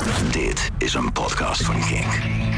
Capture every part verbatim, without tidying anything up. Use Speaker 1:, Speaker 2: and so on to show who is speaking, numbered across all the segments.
Speaker 1: Dit is een podcast van Kink.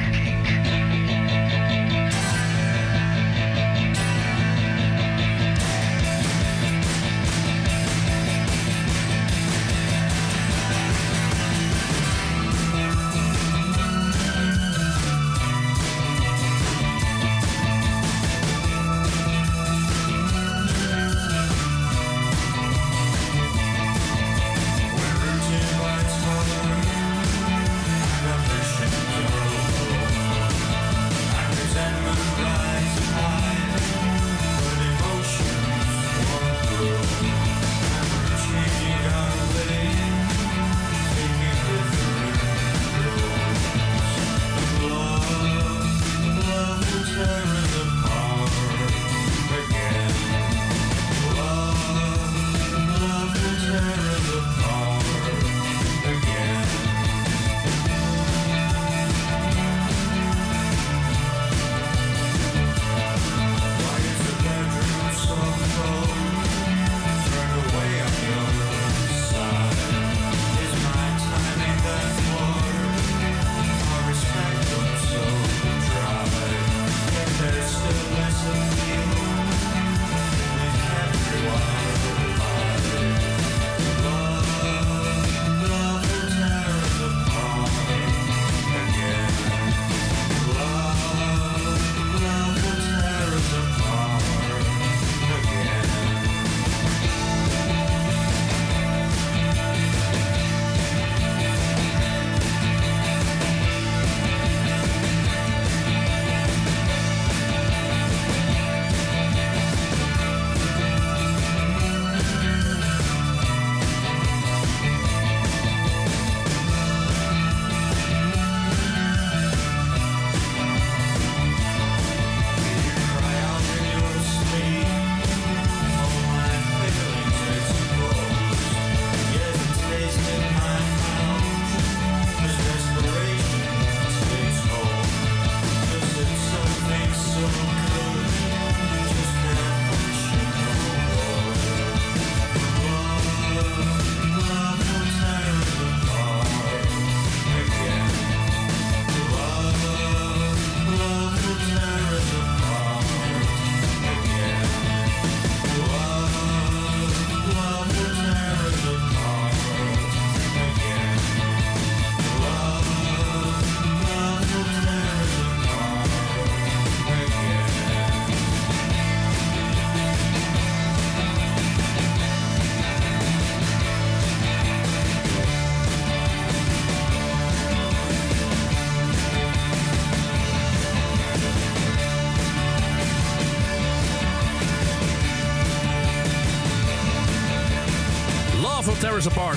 Speaker 2: Tear Us Apart.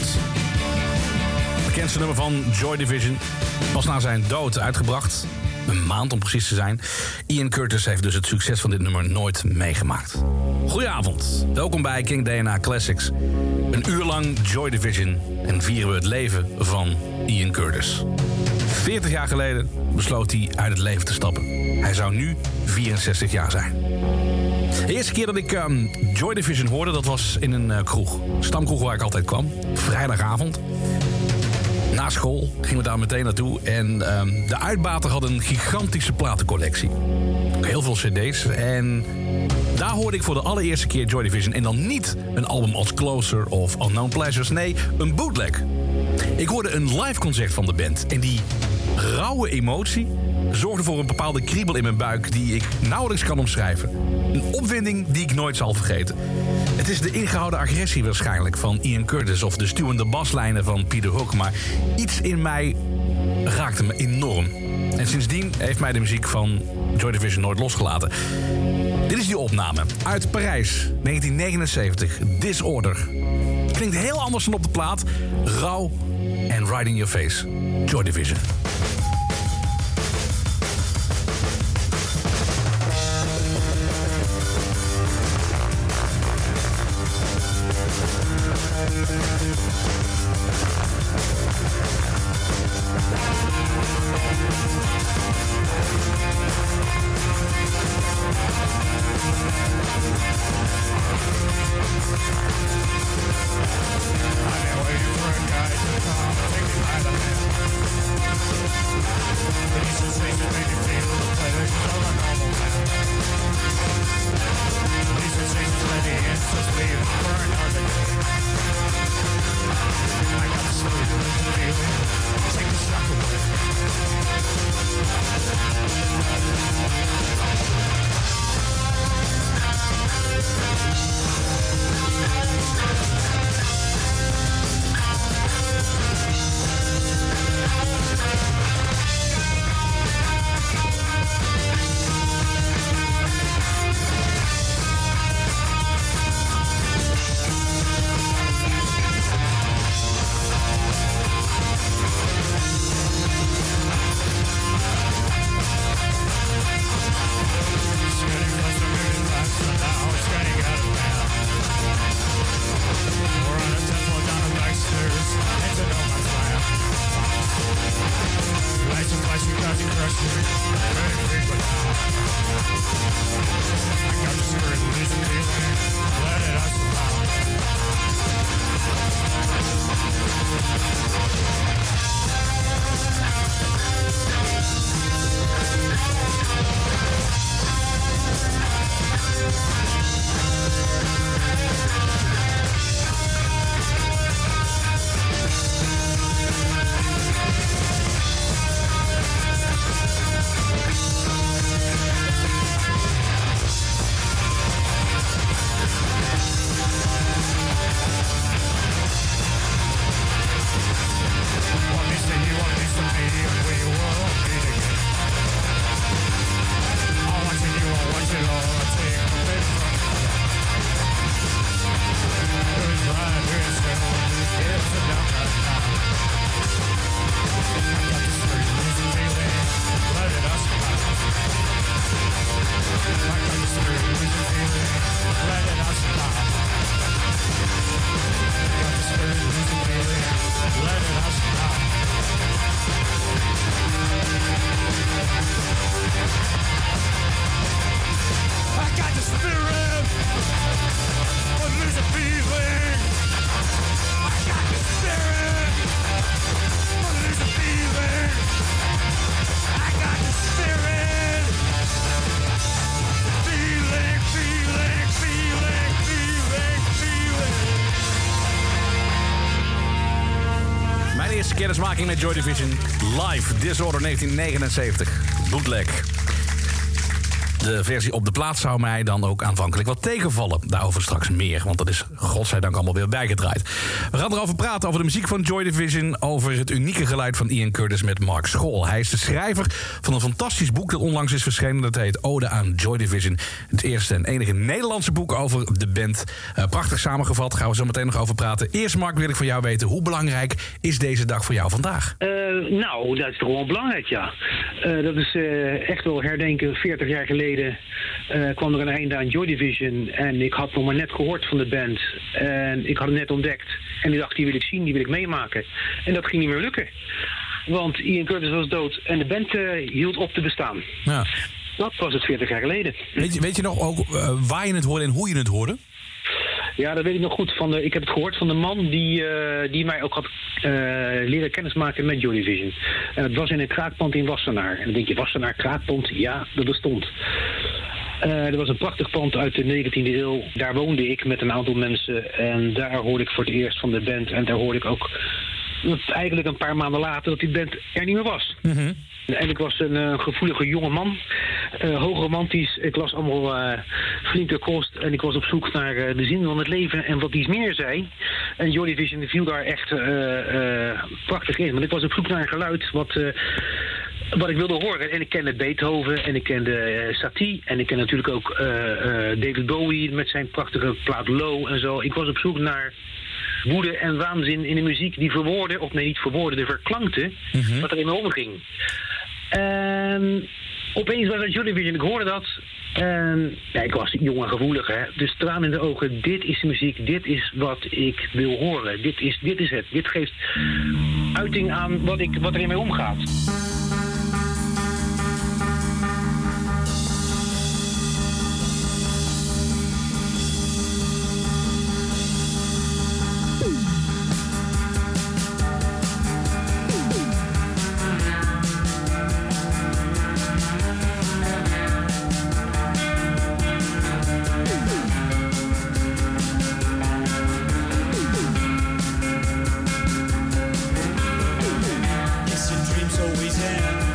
Speaker 2: Bekendste nummer van Joy Division. Pas na zijn dood uitgebracht. Een maand om precies te zijn. Ian Curtis heeft dus het succes van dit nummer nooit meegemaakt. Goedenavond. Welkom bij Kink D N A Classics. Een uur lang Joy Division. En vieren we het leven van Ian Curtis. veertig jaar geleden besloot hij uit het leven te stappen. Hij zou nu vierenzestig jaar zijn. De eerste keer dat ik um, Joy Division hoorde, dat was in een uh, kroeg. Stamkroeg waar ik altijd kwam. Vrijdagavond. Na school gingen we daar meteen naartoe. En um, de uitbater had een gigantische platencollectie. Heel veel cd's. En daar hoorde ik voor de allereerste keer Joy Division. En dan niet een album als Closer of Unknown Pleasures. Nee, een bootleg. Ik hoorde een live concert van de band. En die rauwe emotie zorgde voor een bepaalde kriebel in mijn buik die ik nauwelijks kan omschrijven. Een opwinding die ik nooit zal vergeten. Het is de ingehouden agressie waarschijnlijk van Ian Curtis of de stuwende baslijnen van Peter Hook, maar iets in mij raakte me enorm. En sindsdien heeft mij de muziek van Joy Division nooit losgelaten. Dit is die opname uit Parijs, negentien negenenzeventig, Disorder. Klinkt heel anders dan op de plaat. Rauw en right in your face. Joy Division.
Speaker 3: I've been waiting for a guy to come take me by the hand.
Speaker 2: Kennismaking met Joy Division live, Disorder negentien negenenzeventig, bootleg. De versie op de plaat zou mij dan ook aanvankelijk wat tegenvallen. Daarover straks meer, want dat is godzijdank allemaal weer bijgedraaid. We gaan erover praten, over de muziek van Joy Division, over het unieke geluid van Ian Curtis met Mark School. Hij is de schrijver van een fantastisch boek dat onlangs is verschenen. Dat heet Ode aan Joy Division. Het eerste en enige Nederlandse boek over de band. Uh, prachtig samengevat, gaan we zo meteen nog over praten. Eerst, Mark, wil ik van jou weten, hoe belangrijk is deze dag voor jou vandaag?
Speaker 3: Uh, nou, dat is toch wel belangrijk, ja. Uh, dat is uh, echt wel herdenken. veertig jaar geleden uh, kwam er een einde aan Joy Division. En ik had nog maar net gehoord van de band. En ik had het net ontdekt. En ik dacht, die wil ik zien, die wil ik meemaken. En dat ging niet meer lukken. Want Ian Curtis was dood en de band uh, hield op te bestaan.
Speaker 2: Ja.
Speaker 3: Dat was het veertig jaar geleden.
Speaker 2: Weet je, weet je nog ook uh, waar je het hoorde en hoe je het hoorde?
Speaker 3: Ja, dat weet ik nog goed. Van de, ik heb het gehoord van de man die, uh, die mij ook had uh, leren kennismaken met Joy Division. En het was in een kraakpand in Wassenaar. En dan denk je, Wassenaar, kraakpand? Ja, dat bestond. Uh, er was een prachtig pand uit de negentiende eeuw. Daar woonde ik met een aantal mensen. En daar hoorde ik voor het eerst van de band. En daar hoorde ik ook eigenlijk een paar maanden later dat die band er niet meer was.
Speaker 2: Mm-hmm.
Speaker 3: En ik was een uh, gevoelige jonge man, uh, hoog romantisch. Ik las allemaal uh, flinke kost en ik was op zoek naar uh, de zin van het leven en wat iets meer zei. En Joy Division viel daar echt uh, uh, prachtig in. Want ik was op zoek naar een geluid wat, uh, wat ik wilde horen. En ik kende Beethoven en ik kende uh, Satie en ik ken natuurlijk ook uh, uh, David Bowie met zijn prachtige plaat Low en zo. Ik was op zoek naar woede en waanzin in de muziek die verwoorden, of nee niet verwoorden, de verklankte, mm-hmm. wat er in me omging. En opeens was het Joy Division, ik hoorde dat. En ja, ik was jong en gevoelig, hè. Dus tranen in de ogen, dit is de muziek, dit is wat ik wil horen. Dit is, dit is het. Dit geeft uiting aan wat, ik, wat er in mij omgaat.
Speaker 4: Yes, your dreams always end.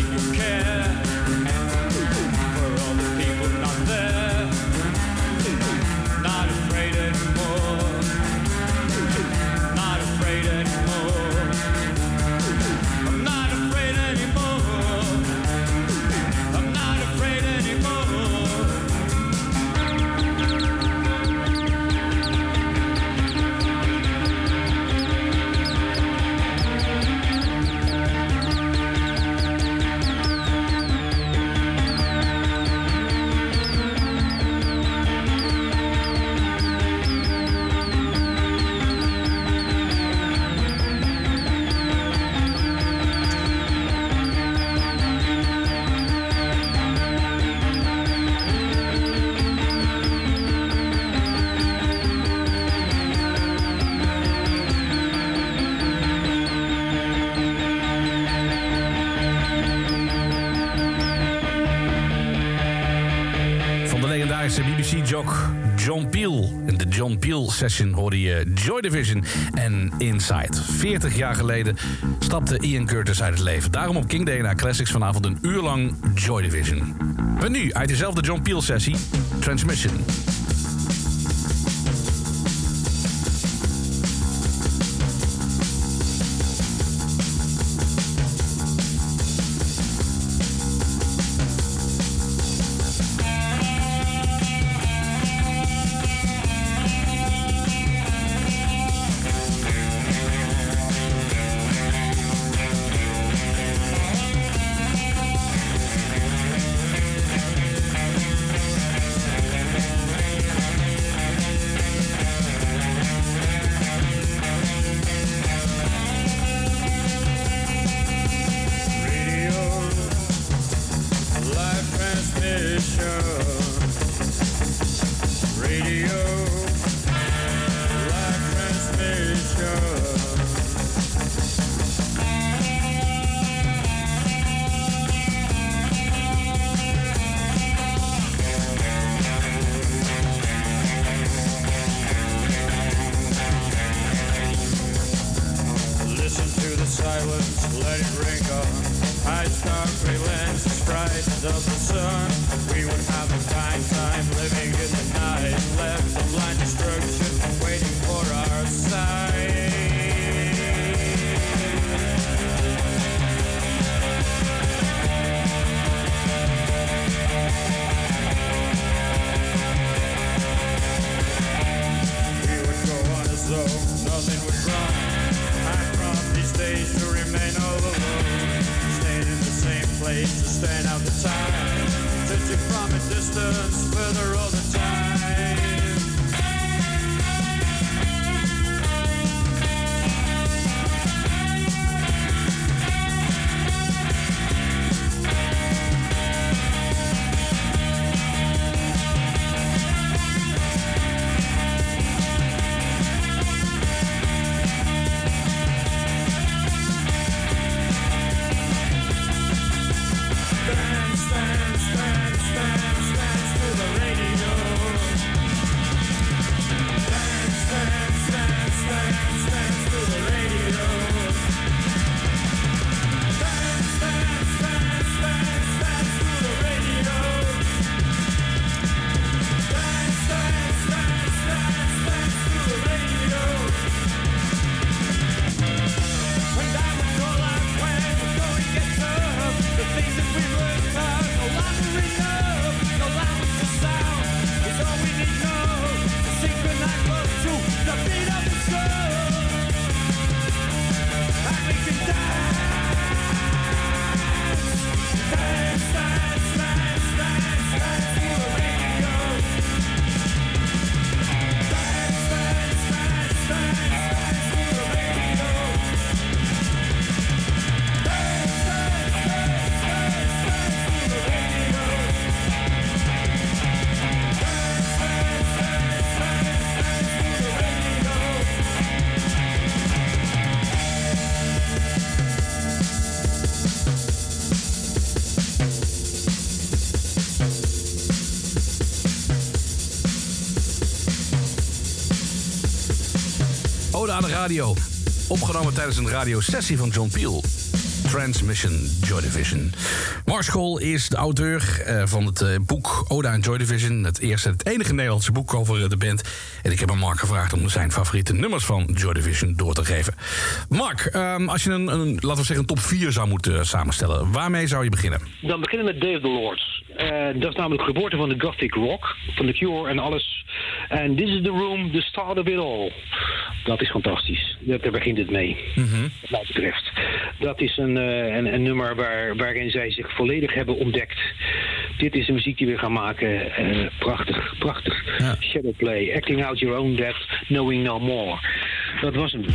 Speaker 4: taking care for all the people not there. Not afraid anymore. Not afraid anymore. I'm not afraid anymore. I'm not afraid anymore.
Speaker 2: B B C-jock John Peel. In de John Peel Session hoorde je Joy Division en Inside. veertig jaar geleden stapte Ian Curtis uit het leven. Daarom op King D N A Classics vanavond een uur lang Joy Division. En nu uit dezelfde John Peel-sessie, Transmission. Ode aan de radio. Opgenomen tijdens een radiosessie van John Peel. Transmission, Joy Division. Marshall is de auteur uh, van het uh, boek Ode aan Joy Division. Het eerste en het enige Nederlandse boek over uh, de band. En ik heb aan Mark gevraagd om zijn favoriete nummers van Joy Division door te geven. Mark, um, als je een, een, laten we zeggen, een top vier zou moeten uh, samenstellen, waarmee zou je beginnen?
Speaker 3: Dan beginnen we met Day of the Lords. Uh, dat is namelijk de geboorte van de gothic rock, van The Cure en alles. En This is the Room, the start of it all. Dat is fantastisch. Daar begint het mee, mm-hmm. wat mij betreft. Dat is een, uh, een, een nummer waar, waarin zij zich volledig hebben ontdekt. Dit is de muziek die we gaan maken. Uh, prachtig, prachtig. Ja. Shadowplay, acting out your own death, knowing no more. Dat was hem.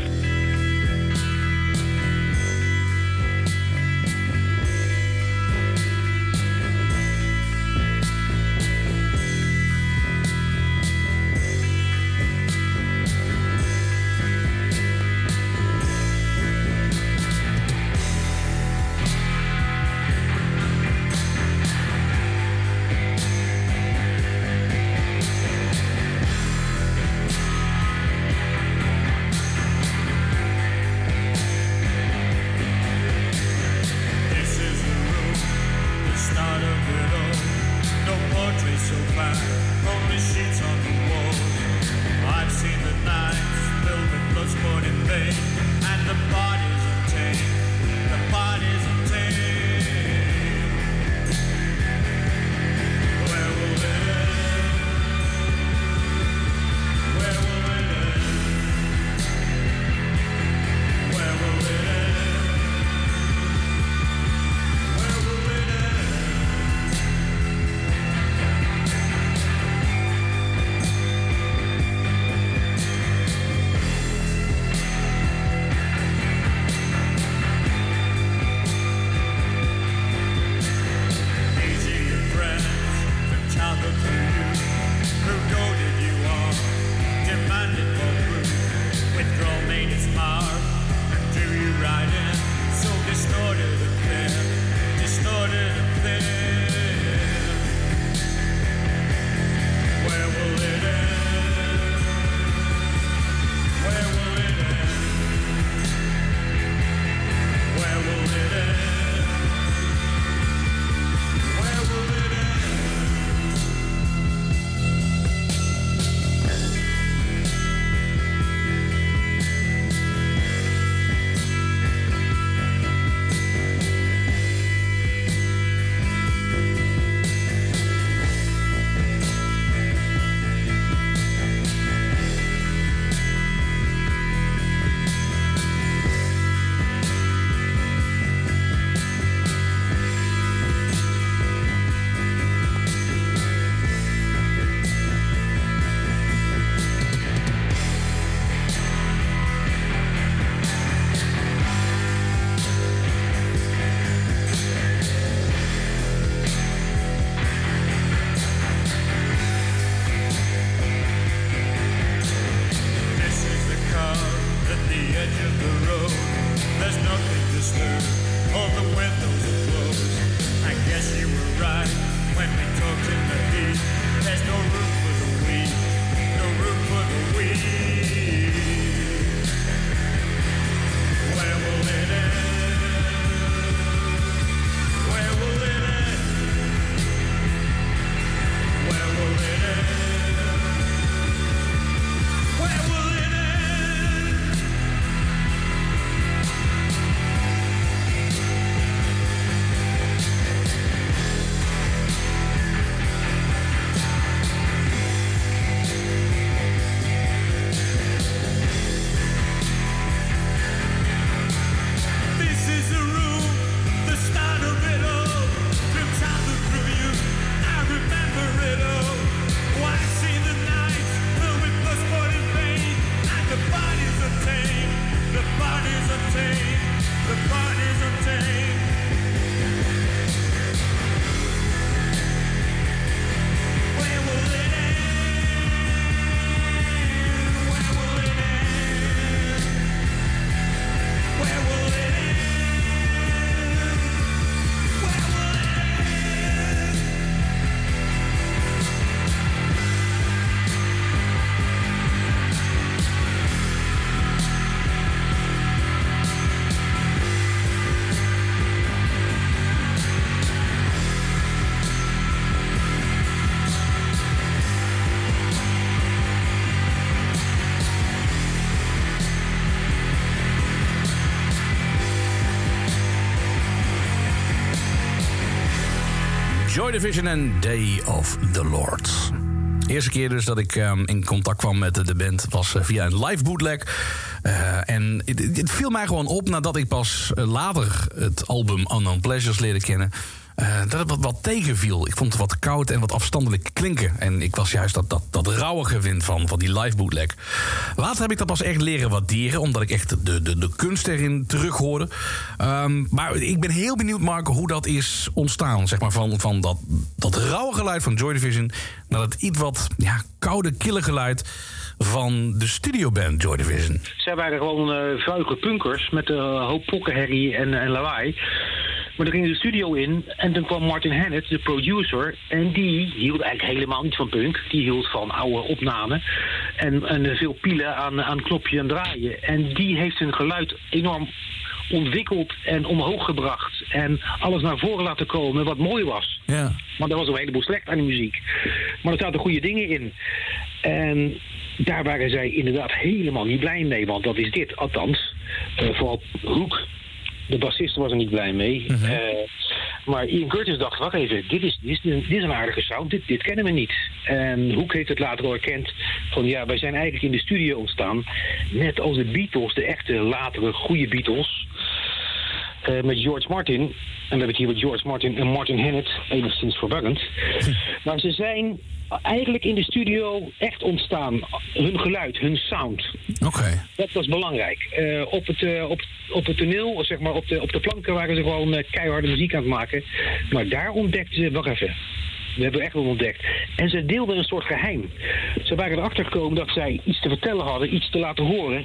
Speaker 2: Joy Division en Day of the Lord. De eerste keer dus dat ik um, in contact kwam met de band was uh, via een live bootleg. Uh, en het, het viel mij gewoon op nadat ik pas uh, later het album Unknown Pleasures leerde kennen. Uh, dat het wat, wat tegenviel. Ik vond het wat koud en wat afstandelijk klinken. En ik was juist dat, dat, dat rauwige wind van, van die live bootleg. Later heb ik dat pas echt leren waarderen, omdat ik echt de, de, de kunst erin terug hoorde. Um, maar ik ben heel benieuwd, Marco, hoe dat is ontstaan. Zeg maar van, van dat, dat rauwe geluid van Joy Division naar het iets wat ja, koude, kille geluid van de studioband Joy Division.
Speaker 3: Zij waren gewoon uh, vuige punkers met een uh, hoop pokkenherrie en, en lawaai. Maar dan ging de studio in en toen kwam Martin Hannett, de producer, en die hield eigenlijk helemaal niet van punk. Die hield van oude opnamen en, en veel pielen aan, aan knopje en draaien. En die heeft hun geluid enorm ontwikkeld en omhoog gebracht en alles naar voren laten komen wat mooi was.
Speaker 2: Ja.
Speaker 3: Maar er was een heleboel slecht aan de muziek. Maar er zaten goede dingen in. En daar waren zij inderdaad helemaal niet blij mee, want dat is dit, althans. Uh, vooral Hoek, de bassist, was er niet blij mee. Uh-huh. Uh, maar Ian Curtis dacht, wacht even, dit is, dit is, dit is een aardige sound, dit, dit kennen we niet. En Hoek heeft het later al erkend van ja, wij zijn eigenlijk in de studio ontstaan. Net als de Beatles, de echte latere goede Beatles. Uh, met George Martin. En we hebben het hier met George Martin en Martin Hannett, enigszins verwarrend. Maar ze zijn eigenlijk in de studio echt ontstaan. Hun geluid, hun sound.
Speaker 2: Oké. Okay.
Speaker 3: Dat was belangrijk. Uh, op, het, uh, op, op het toneel, zeg maar, op de, op de planken waren ze gewoon uh, keiharde muziek aan het maken. Maar daar ontdekten ze, wacht even, we hebben echt wel ontdekt. En ze deelden een soort geheim. Ze waren erachter gekomen dat zij iets te vertellen hadden, iets te laten horen.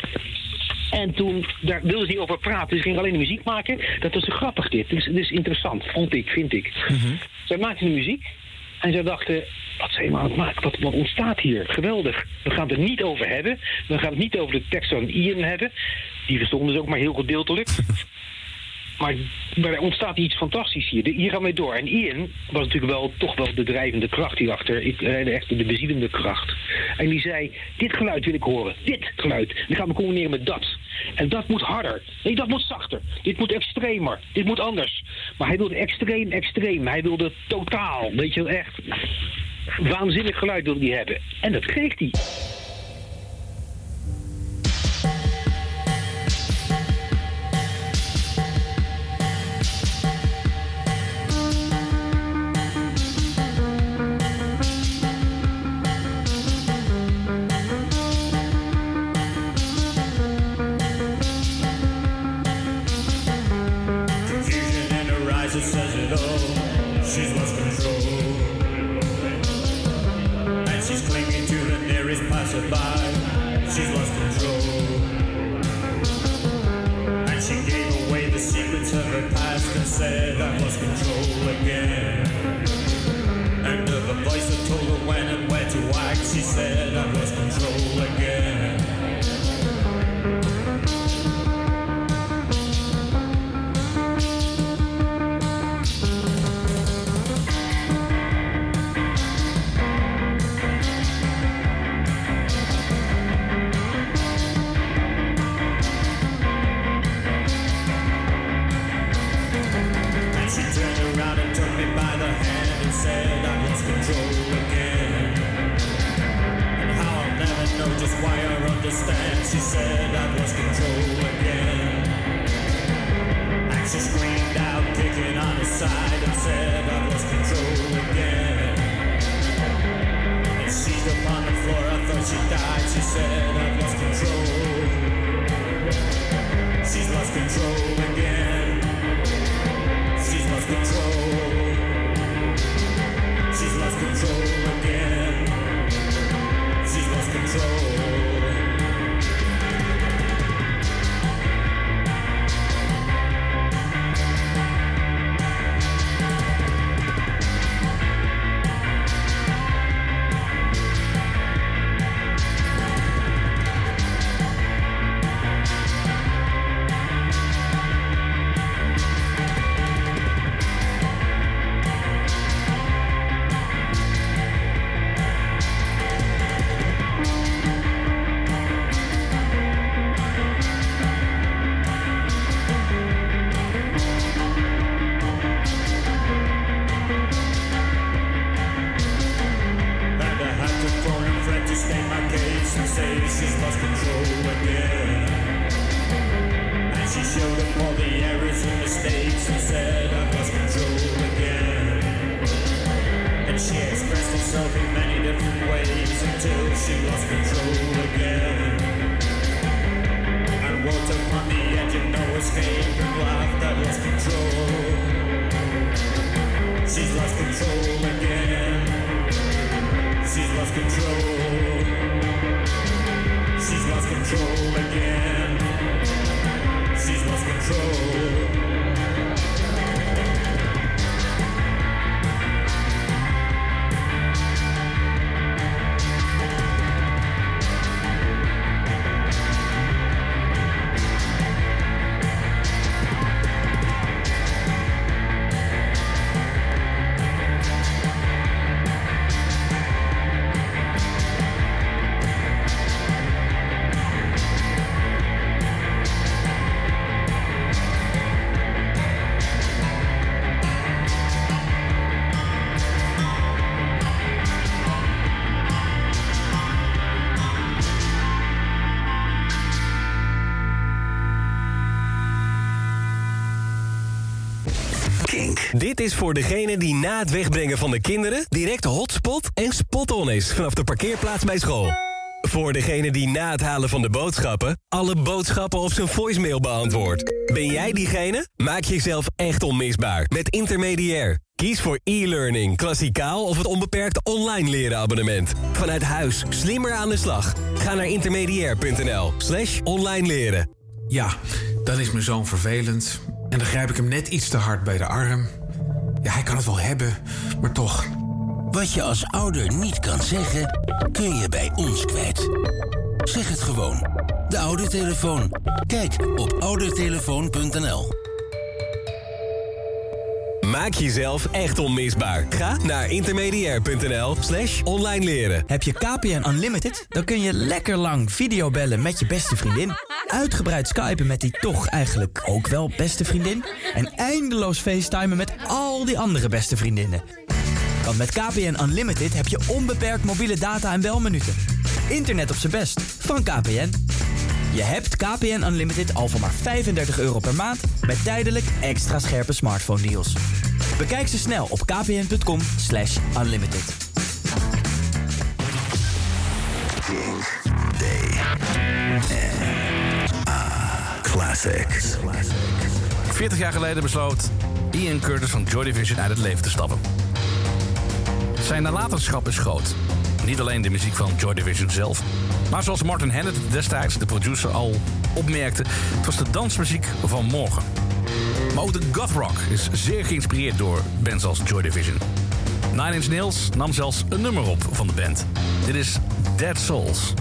Speaker 3: En toen, daar wilden ze niet over praten. Ze gingen alleen de muziek maken. Dat was zo grappig dit. Dit is, dit is interessant, vond ik, vind ik. Mm-hmm. Zij maakten de muziek. En zij dachten, wat zijn we aan het maken? Wat, wat ontstaat hier? Geweldig. We gaan het er niet over hebben. We gaan het niet over de tekst van Ian hebben. Die verstonden ze ook maar heel gedeeltelijk. Maar, maar er ontstaat iets fantastisch hier. De, hier gaan we door. En Ian was natuurlijk wel toch wel de drijvende kracht hierachter. Ik rijd echt de bezielende kracht. En die zei, dit geluid wil ik horen. Dit geluid. Dan gaan we combineren met dat. En dat moet harder. Nee, dat moet zachter. Dit moet extremer. Dit moet anders. Maar hij wilde extreem, extreem. Hij wilde totaal. Weet je wel, echt. Waanzinnig geluid wilde hij hebben. En dat kreeg hij.
Speaker 4: Says it all, she's lost control. And she's clinging to the nearest passerby. She's lost control. And she gave away the secrets of her past and said, I've lost control again. And of a voice that told her when and where to act, she said, I've lost control again. She said I've lost control again. And she screamed out, kicking on her side, and said I've lost control again. And she's upon the floor, I thought she died. She said I've lost control. She's lost control again. She's lost control. She's lost control again. She's lost control.
Speaker 5: Dit is voor degene die na het wegbrengen van de kinderen direct hotspot en spot-on is vanaf de parkeerplaats bij school. Voor degene die na het halen van de boodschappen alle boodschappen op zijn voicemail beantwoordt. Ben jij diegene? Maak jezelf echt onmisbaar met Intermediair. Kies voor e-learning, klassikaal of het onbeperkt online leren abonnement. Vanuit huis, slimmer aan de slag. Ga naar intermediair.nl slash online leren.
Speaker 6: Ja, dan is mijn zoon vervelend. En dan grijp ik hem net iets te hard bij de arm. Ja, hij kan het wel hebben, maar toch.
Speaker 7: Wat je als ouder niet kan zeggen, kun je bij ons kwijt. Zeg het gewoon. De Oudertelefoon. Kijk op oudertelefoon punt n l.
Speaker 5: Maak jezelf echt onmisbaar. Ga naar intermediair.nl slash online leren.
Speaker 8: Heb je K P N Unlimited? Dan kun je lekker lang videobellen met je beste vriendin. Uitgebreid skypen met die toch eigenlijk ook wel beste vriendin. En eindeloos facetimen met al die andere beste vriendinnen. Want met K P N Unlimited heb je onbeperkt mobiele data en belminuten. Internet op z'n best van K P N. Je hebt K P N Unlimited al voor maar vijfendertig euro per maand... met tijdelijk extra scherpe smartphone deals. Bekijk ze snel op kpn.com slash unlimited.
Speaker 1: King Day. Classic.
Speaker 2: veertig jaar geleden besloot Ian Curtis van Joy Division uit het leven te stappen. Zijn nalatenschap is groot. Niet alleen de muziek van Joy Division zelf, maar zoals Martin Hannett destijds, de producer, al opmerkte, het was de dansmuziek van morgen. Maar ook de goth rock is zeer geïnspireerd door bands als Joy Division. Nine Inch Nails nam zelfs een nummer op van de band. Dit is Dead Souls.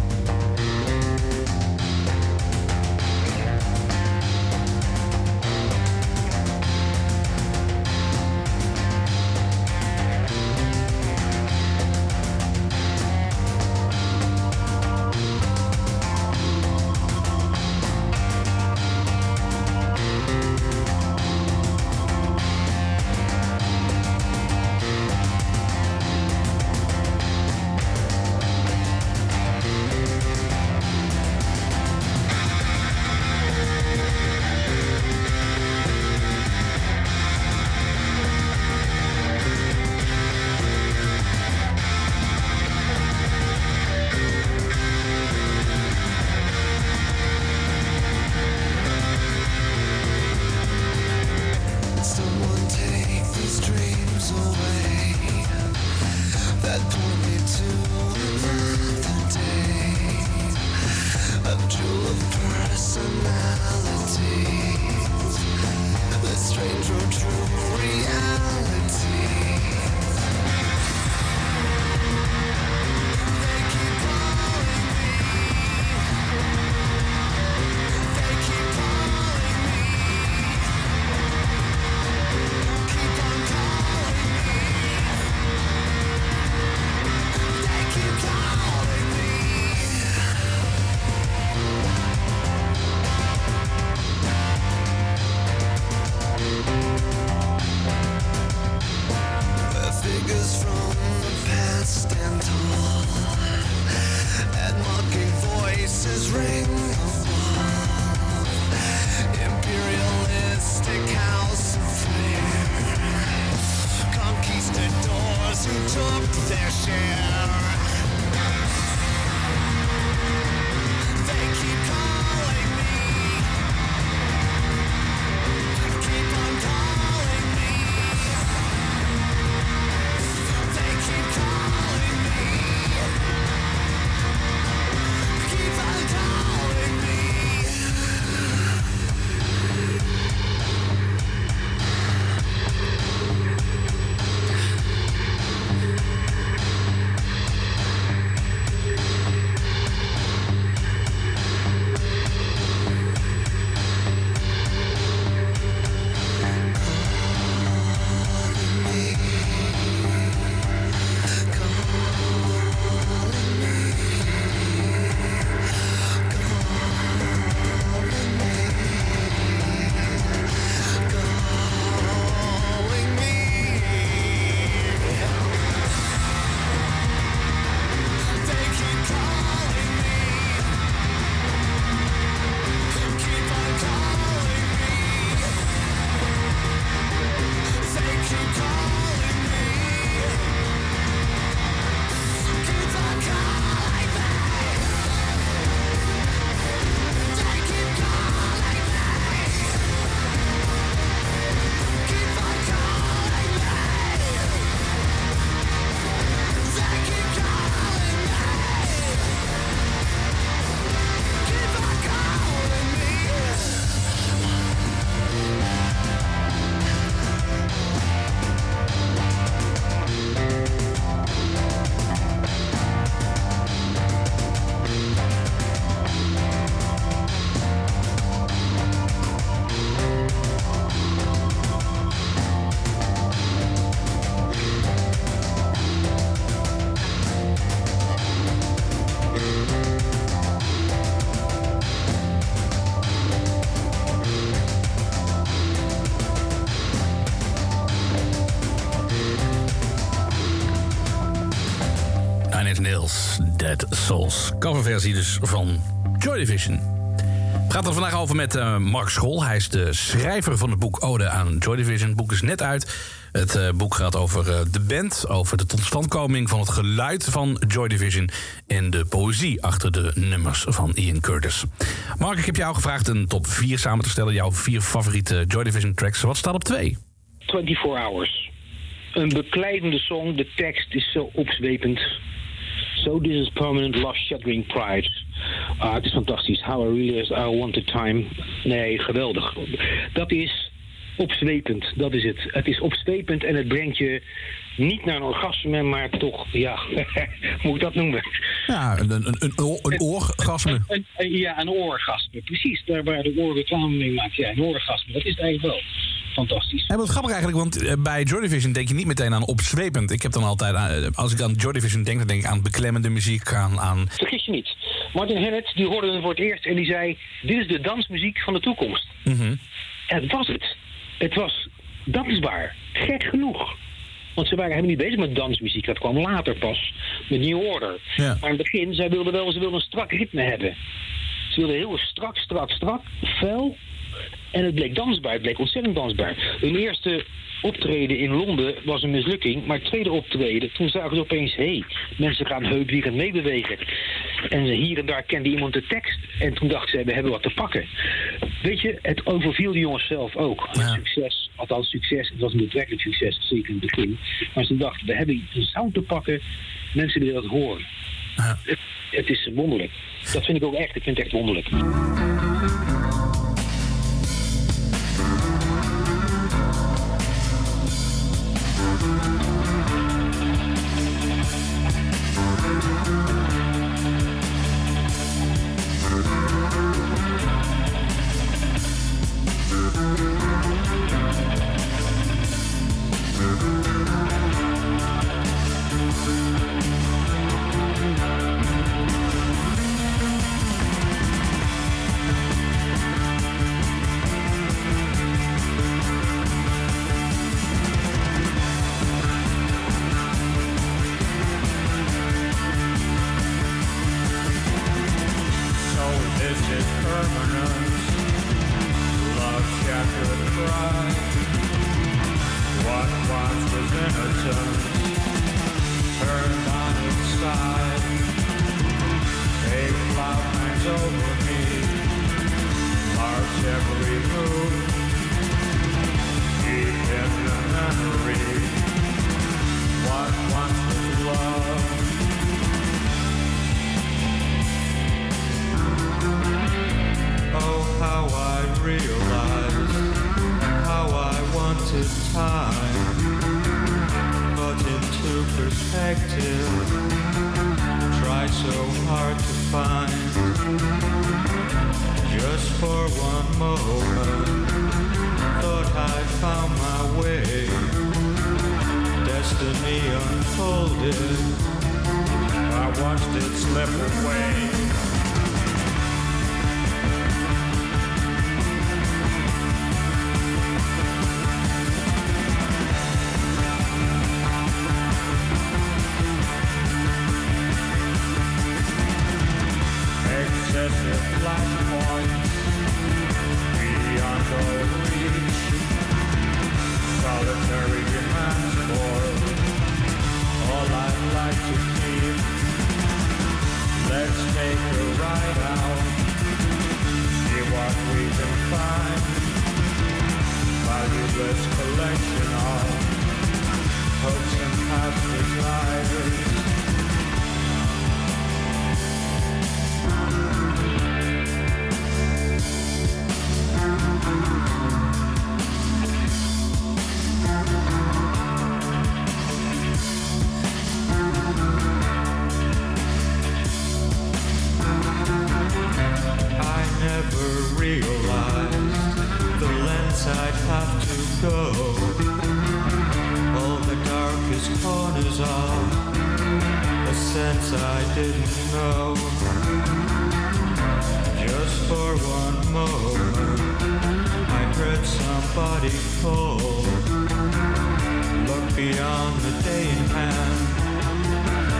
Speaker 2: Tales, Dead Souls. Coverversie dus van Joy Division. We gaan het er vandaag over met uh, Mark Scholl. Hij is de schrijver van het boek Ode aan Joy Division. Het boek is net uit. Het uh, boek gaat over uh, de band, over de totstandkoming van het geluid van Joy Division en de poëzie achter de nummers van Ian Curtis. Mark, ik heb jou gevraagd een top vier samen te stellen. Jouw vier favoriete Joy Division tracks. Wat staat op twee?
Speaker 3: vierentwintig Hours. Een bekleidende song. De tekst is zo opzwepend. So this is permanent love shattering pride. Ah, het is fantastisch. How I realized I wanted time. Nee, geweldig. Dat is opzwepend, dat is het. Het is opzwepend en het brengt je niet naar een orgasme, maar toch, ja, moet ik dat noemen?
Speaker 2: Ja, een, een, een, een oorgasme.
Speaker 3: Een, een, ja, een oorgasme, precies. Daar waar de oor reclame mee maakt. Ja, een oorgasme, dat is het eigenlijk wel. Fantastisch.
Speaker 2: En wat grappig eigenlijk, want bij Joy Division denk je niet meteen aan opzwepend. Ik heb dan altijd, aan, als ik aan Joy Division denk, dan denk ik aan beklemmende muziek, aan... aan...
Speaker 3: Vergis je niet. Martin Hannett, die hoorde het voor het eerst en die zei, dit is de dansmuziek van de toekomst.
Speaker 2: Mm-hmm.
Speaker 3: En dat was het. Het was dansbaar. Gek genoeg. Want ze waren helemaal niet bezig met dansmuziek. Dat kwam later pas. Met New Order.
Speaker 2: Ja.
Speaker 3: Maar in het begin, zij wilden wel ze wilden een strak ritme hebben. Ze wilden heel strak, strak, strak, fel. En het bleek dansbaar. Het bleek ontzettend dansbaar. Hun eerste optreden in Londen was een mislukking. Maar het tweede optreden, toen zagen ze opeens... hé, hey, mensen gaan heupwiegend meebewegen. En hier en daar kende iemand de tekst. En toen dachten ze, we hebben wat te pakken. Weet je, het overviel de jongens zelf ook.
Speaker 2: Ja.
Speaker 3: Succes, althans succes. Het was een betrekkelijk succes, zeker in het begin. Maar ze dachten, we hebben een sound te pakken. Mensen willen dat horen.
Speaker 2: Ja.
Speaker 3: Het, het is wonderlijk. Dat vind ik ook echt. Ik vind het echt wonderlijk.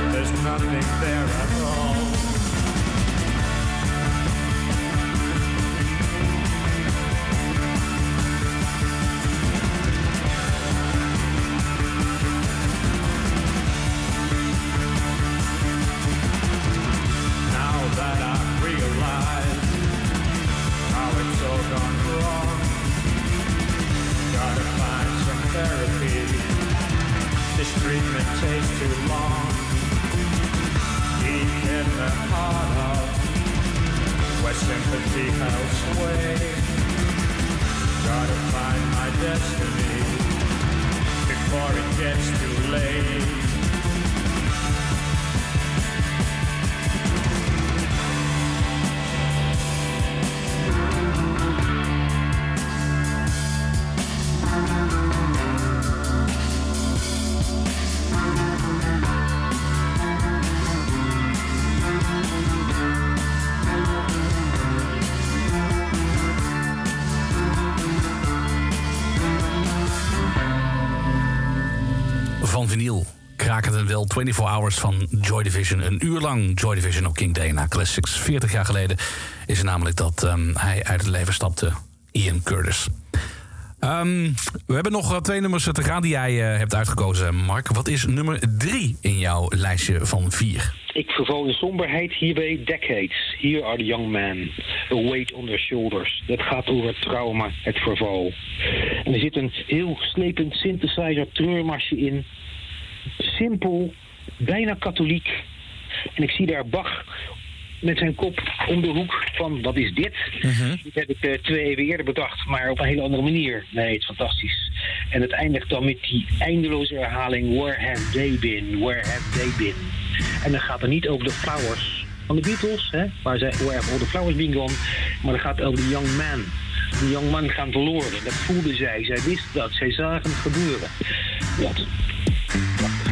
Speaker 4: there's nothing there at all. Now that I've realized how it's all gone wrong, gotta find some therapy. This treatment takes too long. Deep in the heart of where sympathy held sway, gotta find my destiny before it gets too late.
Speaker 2: Van vinyl kraken het wel vierentwintig hours van Joy Division. Een uur lang Joy Division op King Day na Classics. veertig jaar geleden is het namelijk dat um, hij uit het leven stapte, Ian Curtis. Um, we hebben nog uh, twee nummers te gaan die jij uh, hebt uitgekozen, Mark. Wat is nummer drie in jouw lijstje van vier?
Speaker 3: Ik verval in somberheid hierbij Decades. Here are the young men, a weight on their shoulders. Dat gaat over trauma, het verval. En er zit een heel slepend synthesizer treurmarsje in. Simpel, bijna katholiek. En ik zie daar Bach met zijn kop om de hoek van, wat is dit? Uh-huh. Dit heb ik uh, twee eeuwen eerder bedacht, maar op een hele andere manier. Nee, het is fantastisch. En het eindigt dan met die eindeloze herhaling, where have they been, where have they been? En dan gaat het niet over de flowers van de Beatles, hè, waar zij, where have all the flowers been gone, maar dan gaat het over de young man. De young man gaan verloren. Dat voelden zij. Zij wisten dat. Zij zagen het gebeuren. Wat? Prachtig.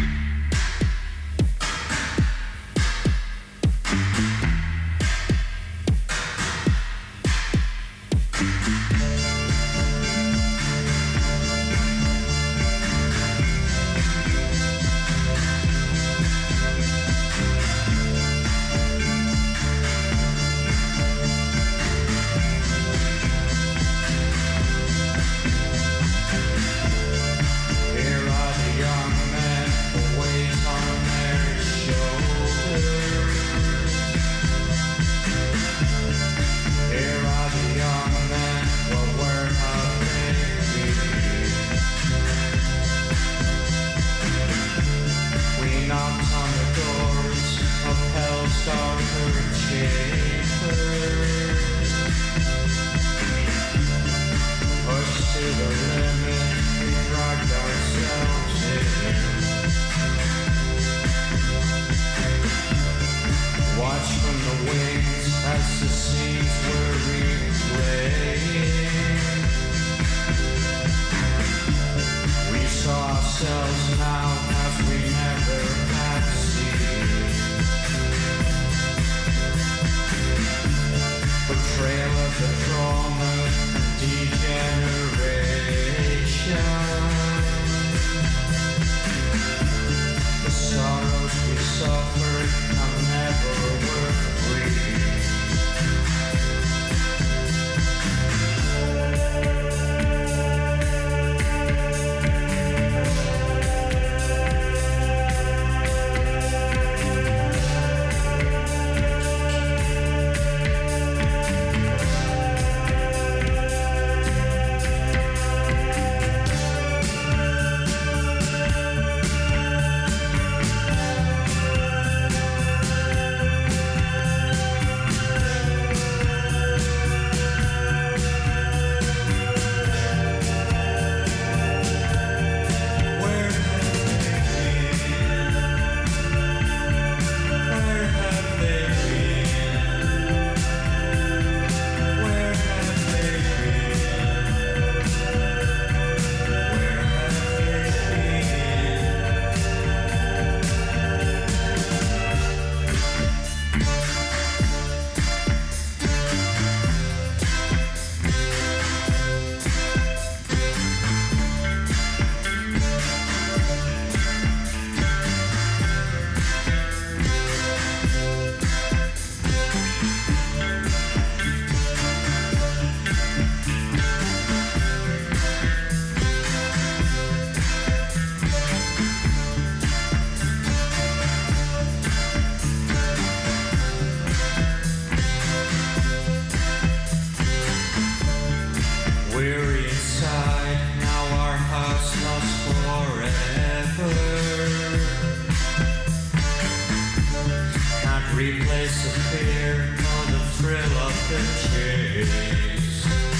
Speaker 4: sense of fear or the thrill of the chase.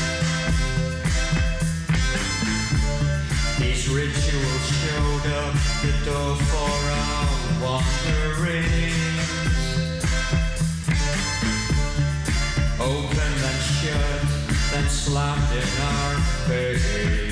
Speaker 4: These rituals showed up the door for our wanderings. Open and shut, then slammed in our face.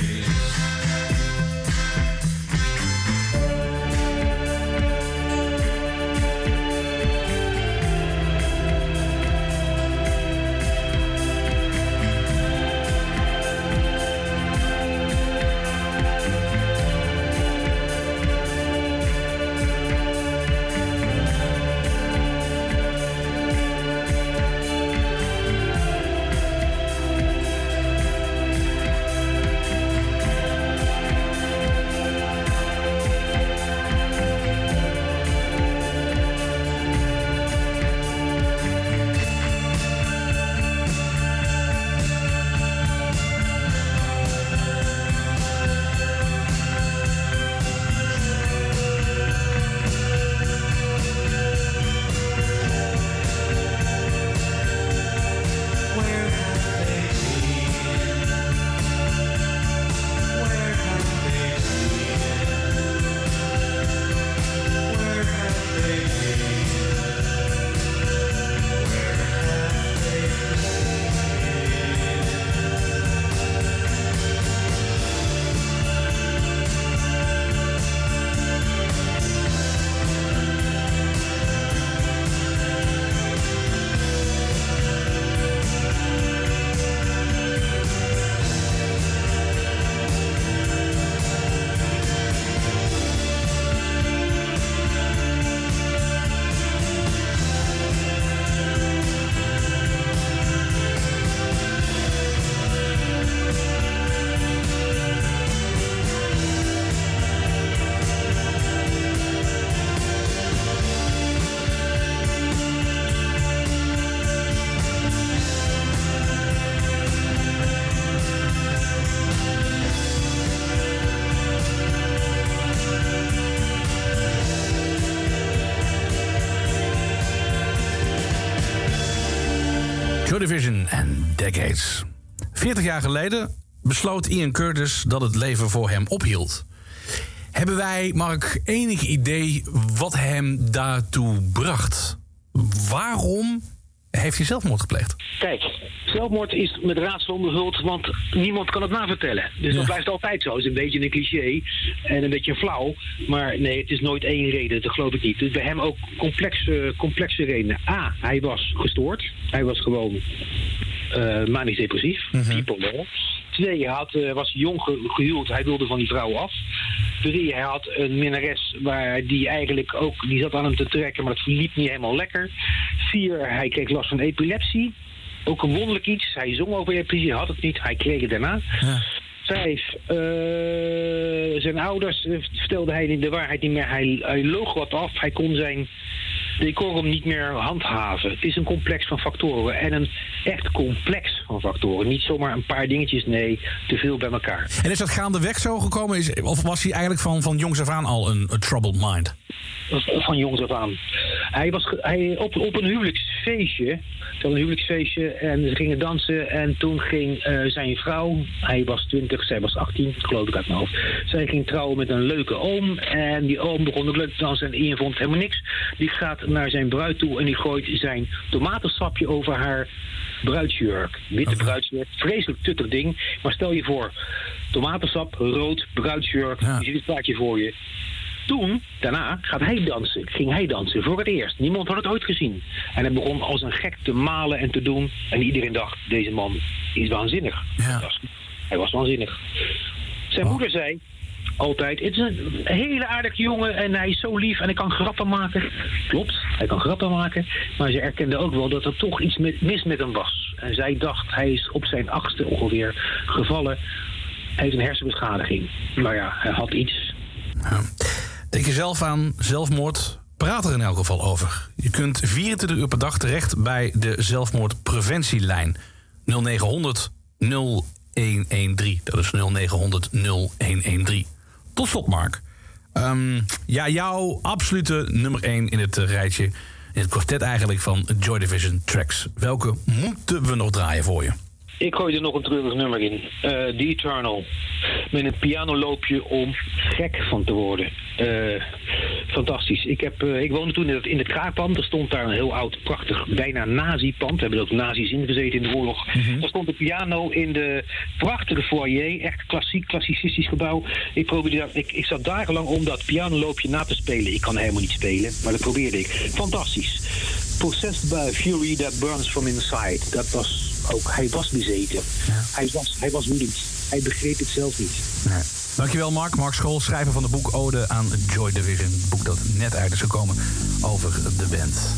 Speaker 2: Joy Division en Decades. veertig jaar geleden besloot Ian Curtis dat het leven voor hem ophield. Hebben wij, Mark, enig idee wat hem daartoe bracht? Waarom heeft hij zelfmoord gepleegd?
Speaker 3: Kijk, zelfmoord is met raadsel onderhuld, want niemand kan het navertellen. Dus
Speaker 2: Ja.
Speaker 3: dat blijft altijd zo. Het is een beetje een cliché en een beetje flauw. Maar nee, het is nooit één reden, dat geloof ik niet. Dus bij hem ook complexe, complexe redenen. A, hij was gestoord. Hij was gewoon uh, manisch depressief. Bipolair. Twee, hij had, uh, was jong ge- gehuwd. Hij wilde van die vrouw af. Drie, hij had een minnares waar die eigenlijk ook, die zat aan hem te trekken, maar dat liep niet helemaal lekker. Vier, hij kreeg last van epilepsie. Ook een wonderlijk iets. Hij zong over epilepsie, had het niet. Hij kreeg het daarna.
Speaker 2: Ja.
Speaker 3: Vijf, uh, zijn ouders uh, vertelde hij de waarheid niet meer. Hij, hij loog wat af. Hij kon zijn decorum niet meer handhaven. Het is een complex van factoren. En een echt complex van factoren. Niet zomaar een paar dingetjes, nee, te veel bij elkaar.
Speaker 2: En is dat gaandeweg zo gekomen? Is, of was hij eigenlijk van, van jongs af aan al een, een troubled mind?
Speaker 3: Van jongs af aan. Hij was ge- hij, op, op een huwelijksfeestje. Het was een huwelijksfeestje en ze gingen dansen. En toen ging uh, zijn vrouw, hij was twintig, zij was achttien, geloof ik uit mijn hoofd. Zij ging trouwen met een leuke oom. En die oom begon ook leuk te dansen en Ian vond helemaal niks. Die gaat naar zijn bruid toe en die gooit zijn tomatensapje over haar bruidsjurk. Witte
Speaker 2: Okay.
Speaker 3: bruidsjurk. Vreselijk tuttig ding. Maar stel je voor, tomatensap, rood, bruidsjurk.
Speaker 2: Ja.
Speaker 3: Je ziet het plaatje voor je. Toen, daarna, gaat hij dansen. Ging hij dansen, voor het eerst. Niemand had het ooit gezien. En hij begon als een gek te malen en te doen. En iedereen dacht, deze man is waanzinnig.
Speaker 2: Ja.
Speaker 3: Dat- Hij was waanzinnig. Zijn
Speaker 2: Oh.
Speaker 3: moeder zei altijd, het is een hele aardige jongen en hij is zo lief en hij kan grappen maken. Klopt, hij kan grappen maken. Maar ze erkende ook wel dat er toch iets met, mis met hem was. En zij dacht, hij is op zijn achtste ongeveer gevallen. Hij heeft een hersenbeschadiging. Maar ja, hij had iets.
Speaker 2: Ja. Denk je zelf aan zelfmoord? Praat er in elk geval over. Je kunt vierentwintig uur per dag terecht bij de zelfmoordpreventielijn nul negen honderd nul een een drie. Dat is nul negen honderd nul een een drie. Tot slot, Mark. Um, ja, jouw absolute nummer één in het uh, rijtje in het kwartet eigenlijk van Joy Division tracks. Welke moeten we nog draaien voor je?
Speaker 3: Ik gooi er nog een treurig nummer in. Uh, The Eternal. Met een pianoloopje om gek van te worden. Uh, fantastisch. Ik, heb, uh, ik woonde toen in het, in het Kraakpand. Er stond daar een heel oud, prachtig, bijna nazi-pand. We hebben er ook nazi's in gezeten in de oorlog. Mm-hmm. Daar stond de piano in de prachtige foyer. Echt klassiek, klassicistisch gebouw. Ik, probeerde dat, ik, ik zat dagenlang om dat pianoloopje na te spelen. Ik kan helemaal niet spelen, maar dat probeerde ik. Fantastisch. Possessed by a fury that burns from inside. Dat was ook, hij was bezeten. Ja. Hij was, hij was woedend. Hij begreep het zelf niet.
Speaker 2: Nee. Dankjewel Mark. Mark School, schrijver van het boek Ode aan Joy Division. Het boek dat net uit is gekomen over de band.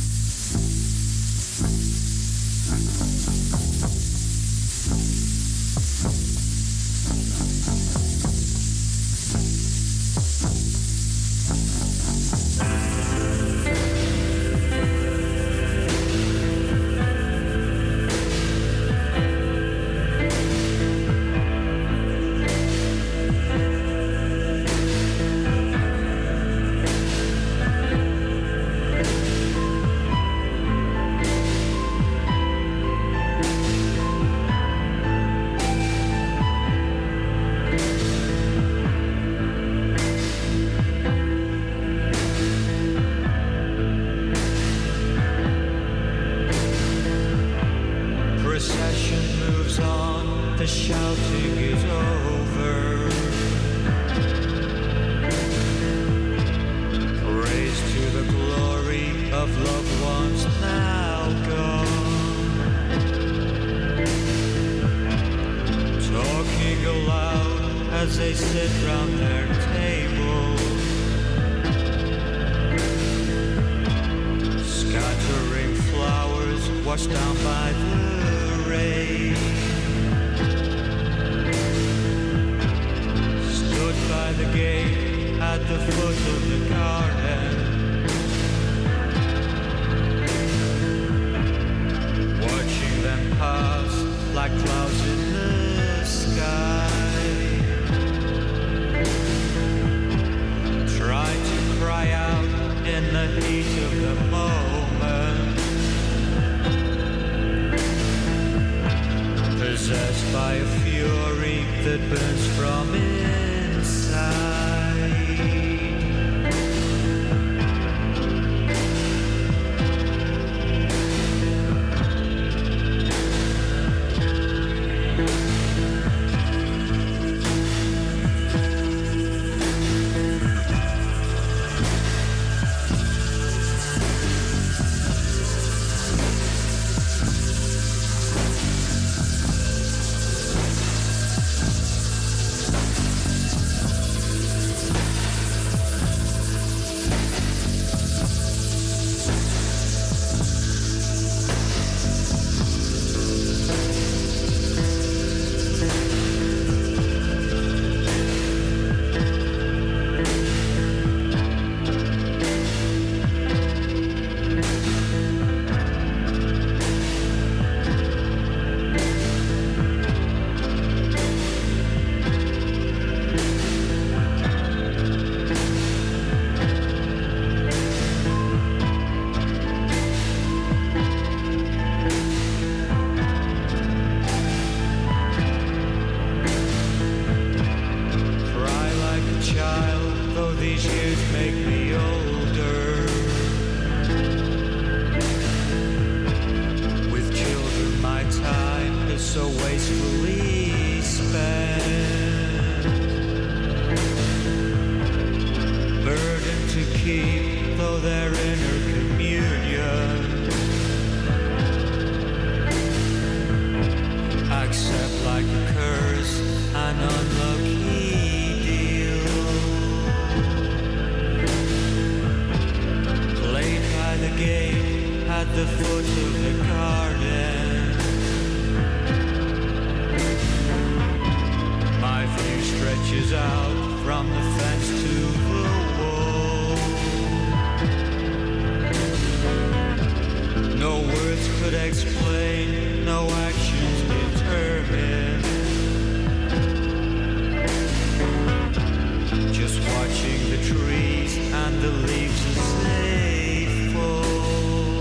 Speaker 4: Watching the trees and the leaves as they fall.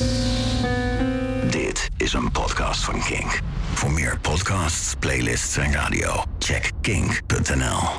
Speaker 1: Dit is een podcast van Kink. Voor meer podcasts, playlists en radio, check kink punt n l.